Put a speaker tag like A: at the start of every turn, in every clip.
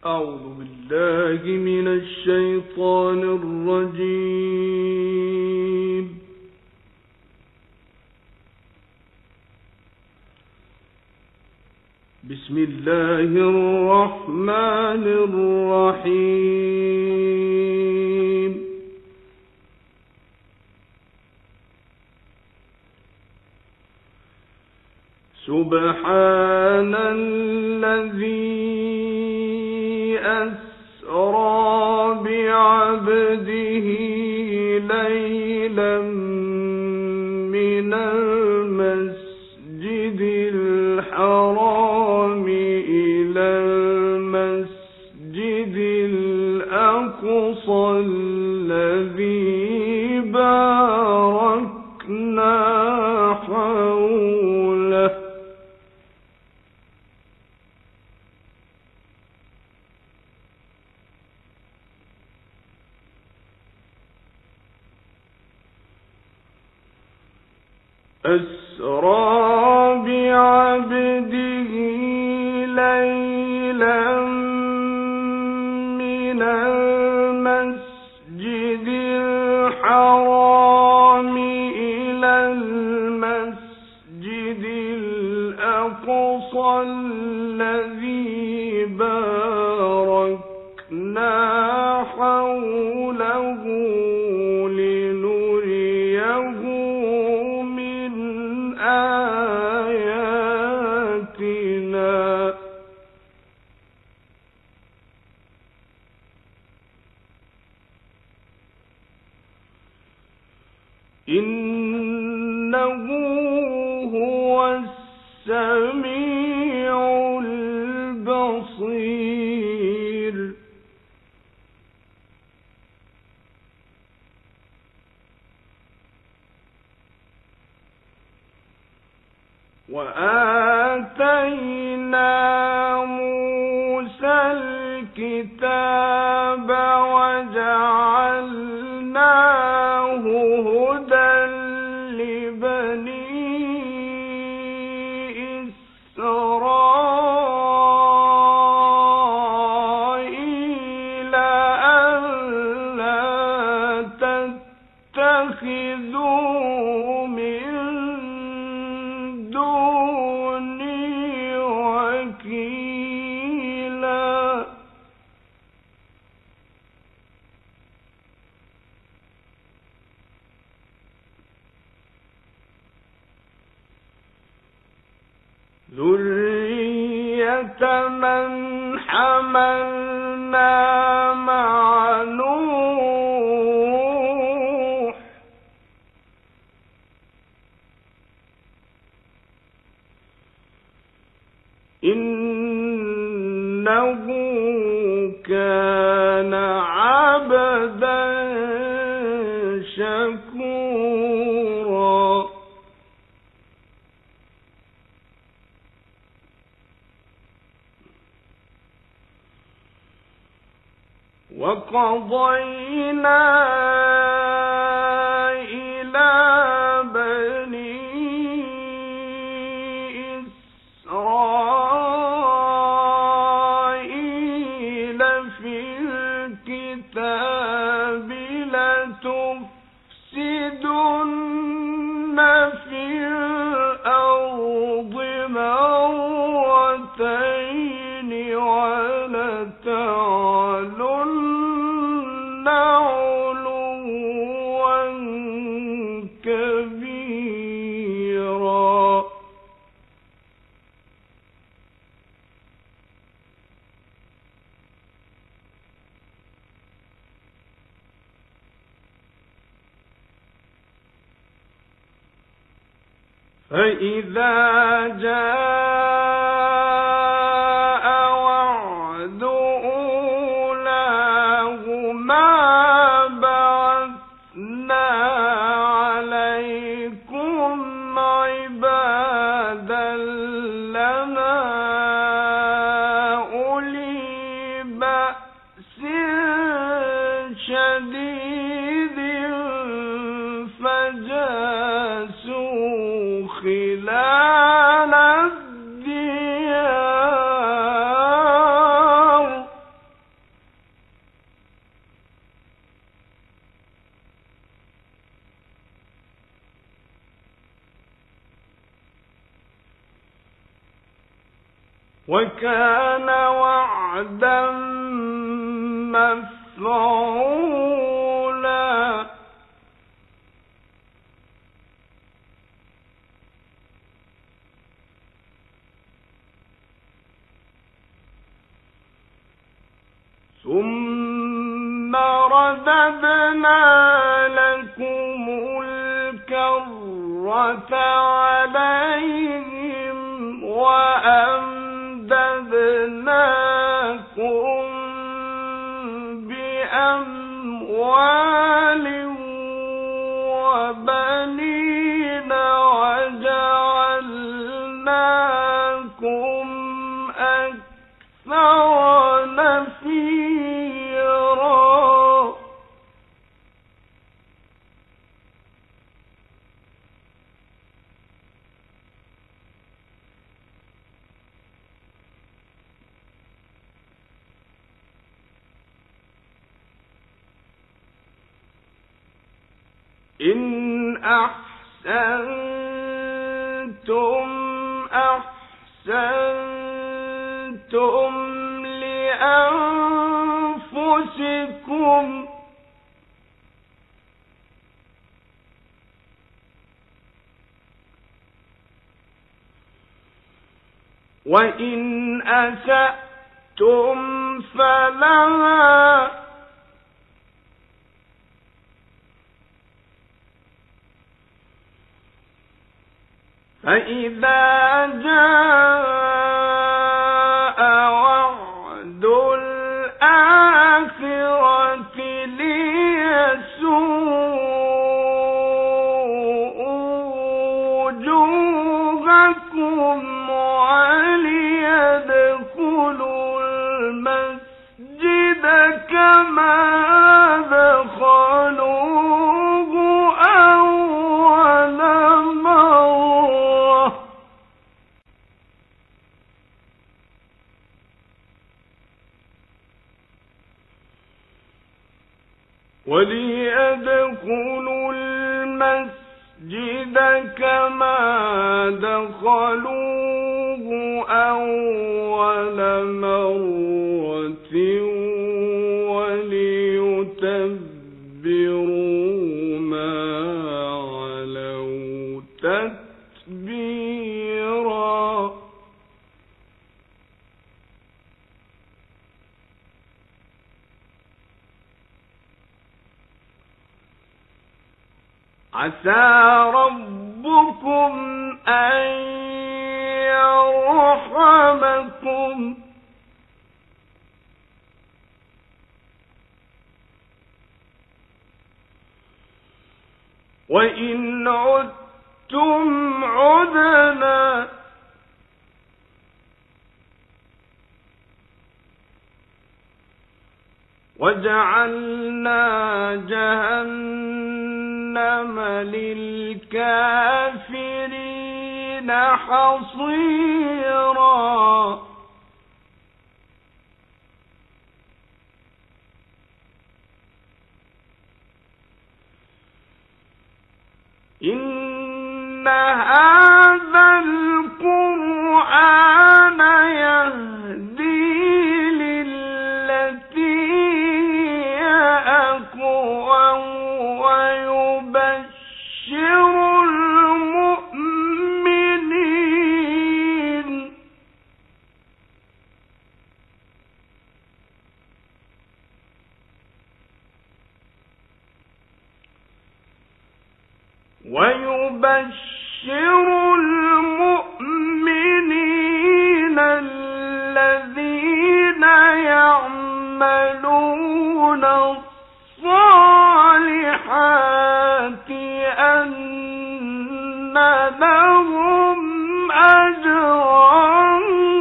A: أعوذ بالله من الشيطان الرجيم. بسم الله الرحمن الرحيم. سبحان الذي أسرى بعبده ليلا من المسجد الحرام إلى المسجد الأقصى الذي باركنا حوله أسرى بعبده ليلا من المسجد الحرام إلى المسجد الأقصى الذي باركنا حوله آياتنا إنه هو السميع البصير. وآتينا موسى الكتاب وجعلناه هدى لبني إسرائيل ألا تتخذوا من دوني وكيلا. ذرية من حملنا مع نوح إنه كان عبدا شكورا. وقضينا إلى بني إسرائيل في الكتاب لتفسدن في الأرض مرتين ولتعلن علوا كبيرا. فإذا جاء وعد أولاهما بعثنا عليكم عبادا لنا أولي بأس شديد فجاسوا خلال الديار وكان وعدا مفعولا ثم رددنا لكم الكرة عليهم وأمددناكم بأموال وبنين وجعلناكم أكثر نفيرا إن أحسنتم أحسنتم لأنفسكم وإن أسأتم فلها فإذا جاء وعد الآخرة ليسوءوا وجوهكم وليدخلوا المسجد كما دخلوه أول مرة وليدخلوا المسجد كما دخلوه أول مرة وليتبروا ما علوا تتبيرا عسى ربكم أن يرحمكم وإن عدتم عدنا وجعلنا جهنم للكافرين حصيرا إن هذا القرآن يهدي للتي هي أقوم ويبشر المؤمنين الذين يعملون الصالحات أن لهم أجرا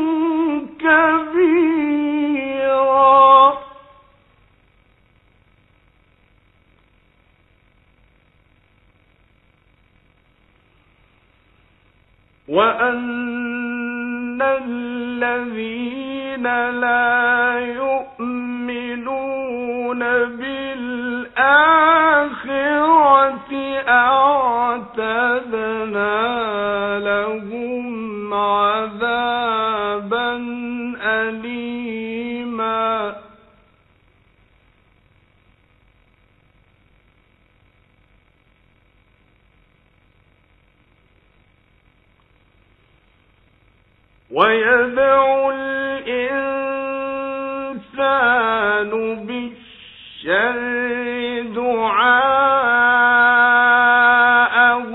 A: كبيرا وأن الذين لا يؤمنون بالآخرة أعتدنا لهم عذابا حليما ويدعو الإنسان بالشر دعاءه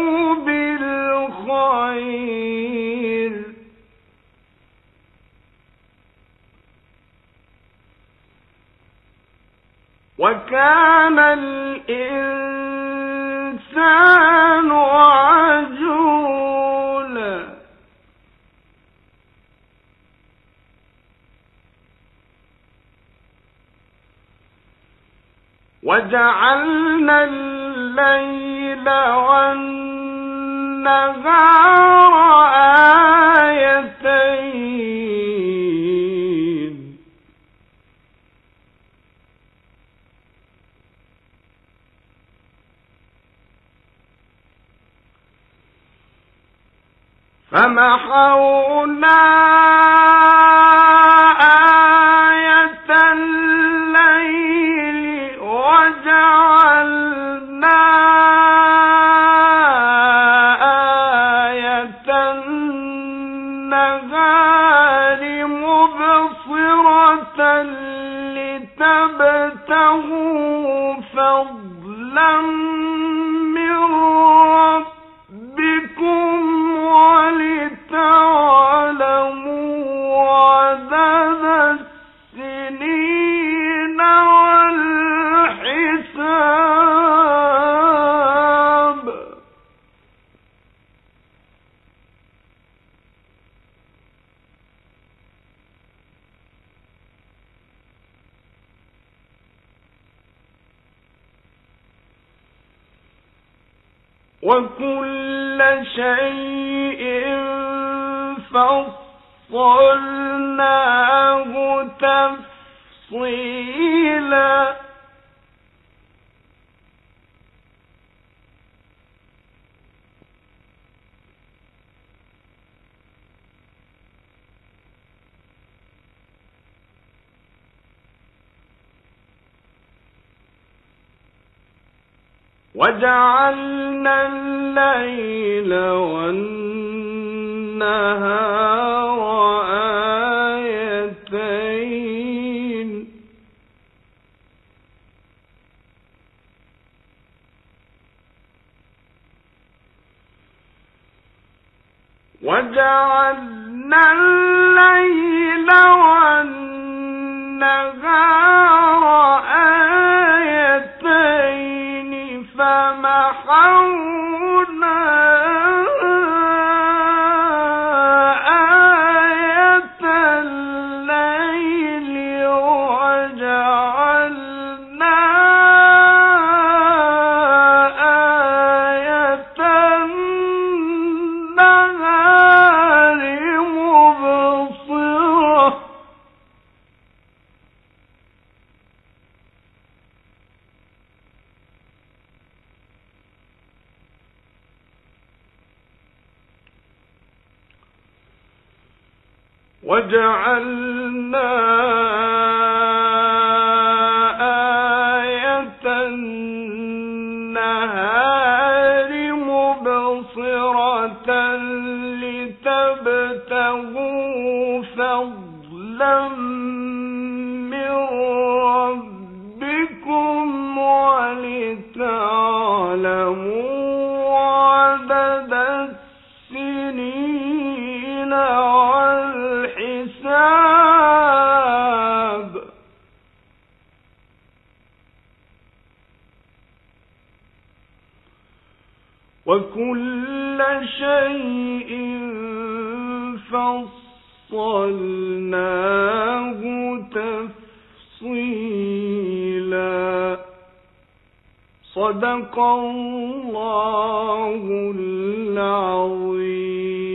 A: بالخير وكان الإنسان عجولا وجعلنا الليل والنهار آيتين فمحونا آية الليل وجعلنا آية النهار مبصرة لتبتغوا فضلا من ربكم ولتعلموا عدد السنين والحساب وكل شيء فصلناه تفصيلا وجعلنا الليل والنهار آيتين وجعلنا الليل والنهار آيتين فمحونا آية الليل وجعلنا آية النهار مبصرة وجعلنا آية النهار مبصرة لتبتغوا فضلا من ربكم ولتعلموا عدد السنين والحساب وكل شيء فصلناه تفصيلا صدق الله العظيم